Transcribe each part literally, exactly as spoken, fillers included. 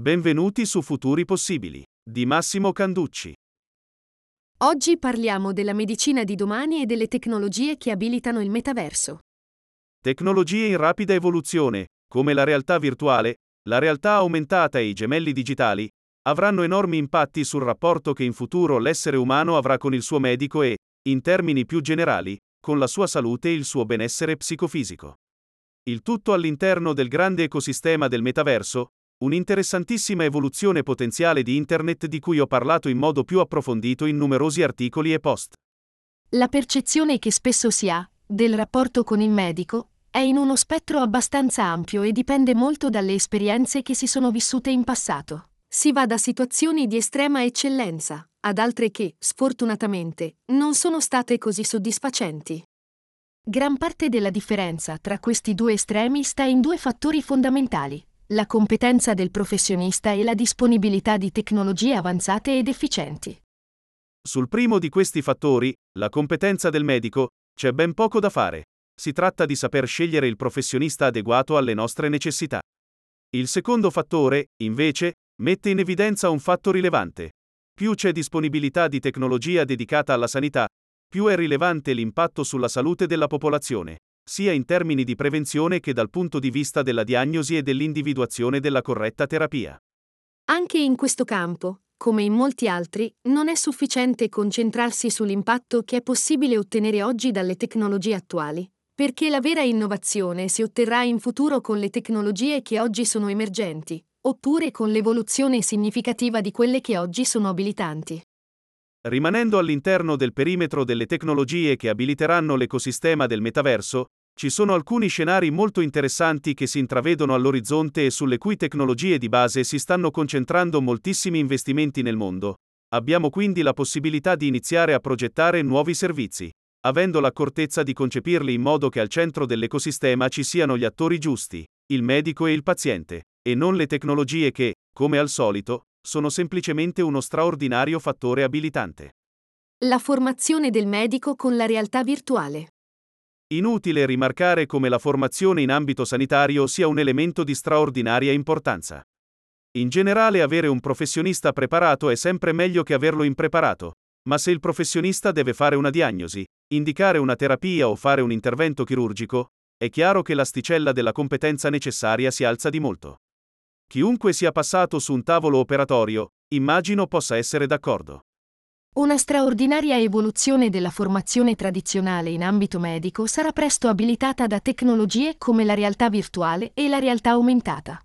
Benvenuti su Futuri Possibili, di Massimo Canducci. Oggi parliamo della medicina di domani e delle tecnologie che abilitano il metaverso. Tecnologie in rapida evoluzione, come la realtà virtuale, la realtà aumentata e i gemelli digitali, avranno enormi impatti sul rapporto che in futuro l'essere umano avrà con il suo medico e, in termini più generali, con la sua salute e il suo benessere psicofisico. Il tutto all'interno del grande ecosistema del metaverso, un'interessantissima evoluzione potenziale di Internet di cui ho parlato in modo più approfondito in numerosi articoli e post. La percezione che spesso si ha, del rapporto con il medico, è in uno spettro abbastanza ampio e dipende molto dalle esperienze che si sono vissute in passato. Si va da situazioni di estrema eccellenza, ad altre che, sfortunatamente, non sono state così soddisfacenti. Gran parte della differenza tra questi due estremi sta in due fattori fondamentali: la competenza del professionista e la disponibilità di tecnologie avanzate ed efficienti. Sul primo di questi fattori, la competenza del medico, c'è ben poco da fare. Si tratta di saper scegliere il professionista adeguato alle nostre necessità. Il secondo fattore, invece, mette in evidenza un fatto rilevante. Più c'è disponibilità di tecnologia dedicata alla sanità, più è rilevante l'impatto sulla salute della popolazione, sia in termini di prevenzione che dal punto di vista della diagnosi e dell'individuazione della corretta terapia. Anche in questo campo, come in molti altri, non è sufficiente concentrarsi sull'impatto che è possibile ottenere oggi dalle tecnologie attuali, perché la vera innovazione si otterrà in futuro con le tecnologie che oggi sono emergenti, oppure con l'evoluzione significativa di quelle che oggi sono abilitanti. Rimanendo all'interno del perimetro delle tecnologie che abiliteranno l'ecosistema del metaverso, ci sono alcuni scenari molto interessanti che si intravedono all'orizzonte e sulle cui tecnologie di base si stanno concentrando moltissimi investimenti nel mondo. Abbiamo quindi la possibilità di iniziare a progettare nuovi servizi, avendo l'accortezza di concepirli in modo che al centro dell'ecosistema ci siano gli attori giusti, il medico e il paziente, e non le tecnologie che, come al solito, sono semplicemente uno straordinario fattore abilitante. La formazione del medico con la realtà virtuale. Inutile rimarcare come la formazione in ambito sanitario sia un elemento di straordinaria importanza. In generale, avere un professionista preparato è sempre meglio che averlo impreparato, ma se il professionista deve fare una diagnosi, indicare una terapia o fare un intervento chirurgico, è chiaro che l'asticella della competenza necessaria si alza di molto. Chiunque sia passato su un tavolo operatorio, immagino possa essere d'accordo. Una straordinaria evoluzione della formazione tradizionale in ambito medico sarà presto abilitata da tecnologie come la realtà virtuale e la realtà aumentata.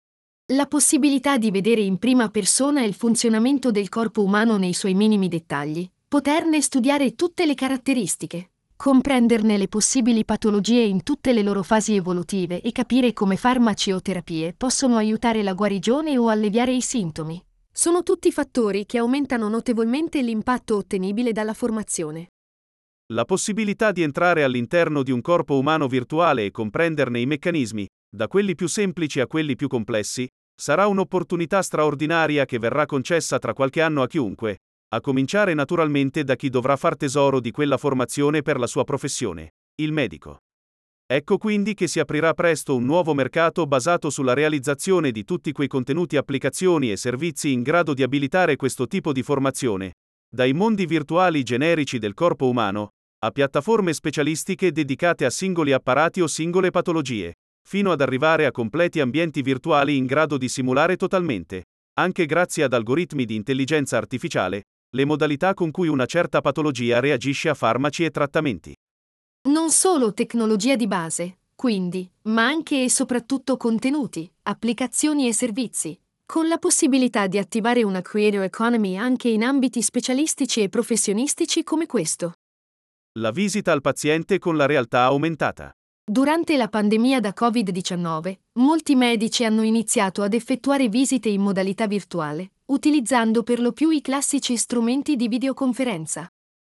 La possibilità di vedere in prima persona il funzionamento del corpo umano nei suoi minimi dettagli, poterne studiare tutte le caratteristiche, comprenderne le possibili patologie in tutte le loro fasi evolutive e capire come farmaci o terapie possono aiutare la guarigione o alleviare i sintomi. Sono tutti fattori che aumentano notevolmente l'impatto ottenibile dalla formazione. La possibilità di entrare all'interno di un corpo umano virtuale e comprenderne i meccanismi, da quelli più semplici a quelli più complessi, sarà un'opportunità straordinaria che verrà concessa tra qualche anno a chiunque, a cominciare naturalmente da chi dovrà far tesoro di quella formazione per la sua professione, il medico. Ecco quindi che si aprirà presto un nuovo mercato basato sulla realizzazione di tutti quei contenuti, applicazioni e servizi in grado di abilitare questo tipo di formazione, dai mondi virtuali generici del corpo umano, a piattaforme specialistiche dedicate a singoli apparati o singole patologie, fino ad arrivare a completi ambienti virtuali in grado di simulare totalmente, anche grazie ad algoritmi di intelligenza artificiale, le modalità con cui una certa patologia reagisce a farmaci e trattamenti. Non solo tecnologia di base, quindi, ma anche e soprattutto contenuti, applicazioni e servizi, con la possibilità di attivare una creator economy anche in ambiti specialistici e professionistici come questo. La visita al paziente con la realtà aumentata. Durante la pandemia da covid diciannove, molti medici hanno iniziato ad effettuare visite in modalità virtuale, utilizzando per lo più i classici strumenti di videoconferenza.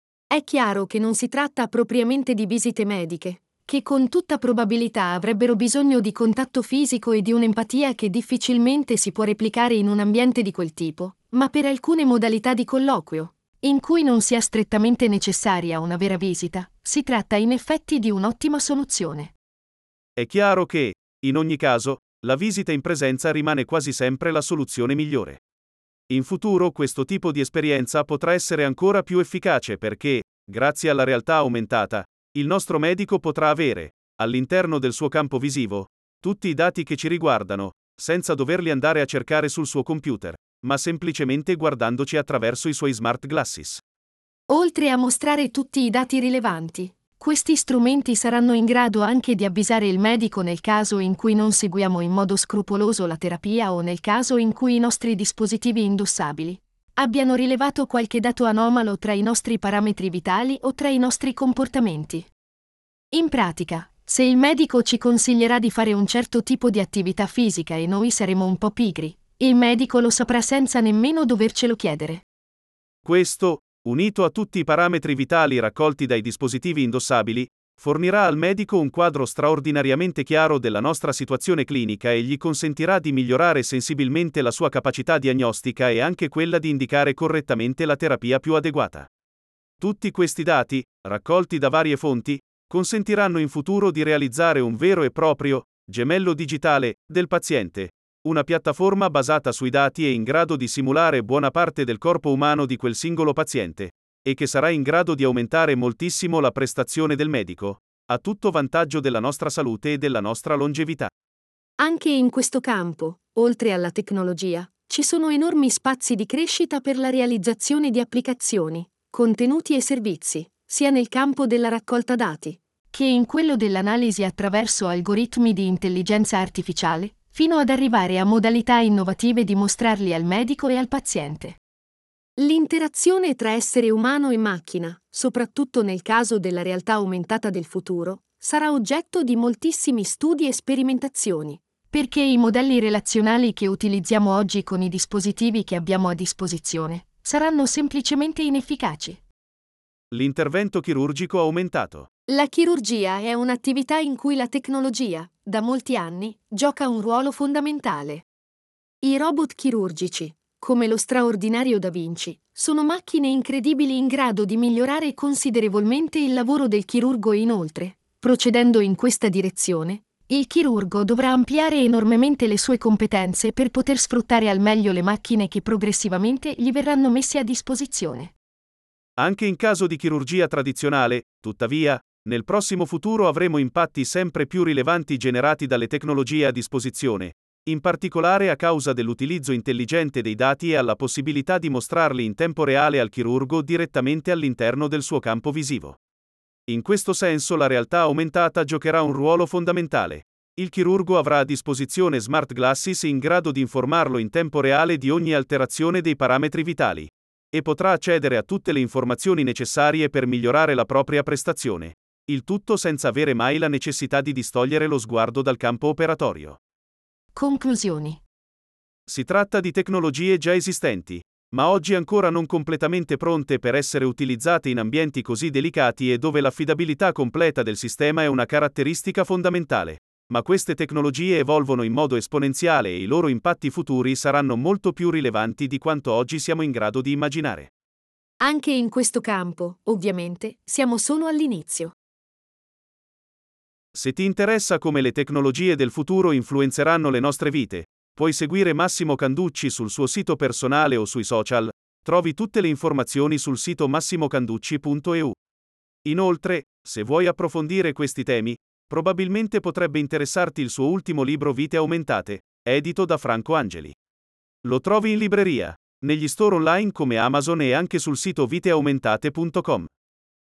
È chiaro che non si tratta propriamente di visite mediche, che con tutta probabilità avrebbero bisogno di contatto fisico e di un'empatia che difficilmente si può replicare in un ambiente di quel tipo, ma per alcune modalità di colloquio, in cui non sia strettamente necessaria una vera visita, si tratta in effetti di un'ottima soluzione. È chiaro che, in ogni caso, la visita in presenza rimane quasi sempre la soluzione migliore. In futuro questo tipo di esperienza potrà essere ancora più efficace perché, grazie alla realtà aumentata, il nostro medico potrà avere, all'interno del suo campo visivo, tutti i dati che ci riguardano, senza doverli andare a cercare sul suo computer, ma semplicemente guardandoci attraverso i suoi smart glasses. Oltre a mostrare tutti i dati rilevanti, questi strumenti saranno in grado anche di avvisare il medico nel caso in cui non seguiamo in modo scrupoloso la terapia o nel caso in cui i nostri dispositivi indossabili abbiano rilevato qualche dato anomalo tra i nostri parametri vitali o tra i nostri comportamenti. In pratica, se il medico ci consiglierà di fare un certo tipo di attività fisica e noi saremo un po' pigri, il medico lo saprà senza nemmeno dovercelo chiedere. Questo, unito a tutti i parametri vitali raccolti dai dispositivi indossabili, fornirà al medico un quadro straordinariamente chiaro della nostra situazione clinica e gli consentirà di migliorare sensibilmente la sua capacità diagnostica e anche quella di indicare correttamente la terapia più adeguata. Tutti questi dati, raccolti da varie fonti, consentiranno in futuro di realizzare un vero e proprio gemello digitale del paziente, una piattaforma basata sui dati e in grado di simulare buona parte del corpo umano di quel singolo paziente, e che sarà in grado di aumentare moltissimo la prestazione del medico, a tutto vantaggio della nostra salute e della nostra longevità. Anche in questo campo, oltre alla tecnologia, ci sono enormi spazi di crescita per la realizzazione di applicazioni, contenuti e servizi, sia nel campo della raccolta dati, che in quello dell'analisi attraverso algoritmi di intelligenza artificiale, fino ad arrivare a modalità innovative di mostrarli al medico e al paziente. L'interazione tra essere umano e macchina, soprattutto nel caso della realtà aumentata del futuro, sarà oggetto di moltissimi studi e sperimentazioni, perché i modelli relazionali che utilizziamo oggi con i dispositivi che abbiamo a disposizione saranno semplicemente inefficaci. L'intervento chirurgico aumentato. La chirurgia è un'attività in cui la tecnologia, da molti anni, gioca un ruolo fondamentale. I robot chirurgici, come lo straordinario Da Vinci, sono macchine incredibili in grado di migliorare considerevolmente il lavoro del chirurgo e inoltre, procedendo in questa direzione, il chirurgo dovrà ampliare enormemente le sue competenze per poter sfruttare al meglio le macchine che progressivamente gli verranno messe a disposizione. Anche in caso di chirurgia tradizionale, tuttavia, nel prossimo futuro avremo impatti sempre più rilevanti generati dalle tecnologie a disposizione, in particolare a causa dell'utilizzo intelligente dei dati e alla possibilità di mostrarli in tempo reale al chirurgo direttamente all'interno del suo campo visivo. In questo senso la realtà aumentata giocherà un ruolo fondamentale. Il chirurgo avrà a disposizione smart glasses in grado di informarlo in tempo reale di ogni alterazione dei parametri vitali, e potrà accedere a tutte le informazioni necessarie per migliorare la propria prestazione, il tutto senza avere mai la necessità di distogliere lo sguardo dal campo operatorio. Conclusioni. Si tratta di tecnologie già esistenti, ma oggi ancora non completamente pronte per essere utilizzate in ambienti così delicati e dove l'affidabilità completa del sistema è una caratteristica fondamentale. Ma queste tecnologie evolvono in modo esponenziale e i loro impatti futuri saranno molto più rilevanti di quanto oggi siamo in grado di immaginare. Anche in questo campo, ovviamente, siamo solo all'inizio. Se ti interessa come le tecnologie del futuro influenzeranno le nostre vite, puoi seguire Massimo Canducci sul suo sito personale o sui social, trovi tutte le informazioni sul sito massimocanducci punto e u. Inoltre, se vuoi approfondire questi temi, probabilmente potrebbe interessarti il suo ultimo libro Vite aumentate, edito da Franco Angeli. Lo trovi in libreria, negli store online come Amazon e anche sul sito vite aumentate punto com.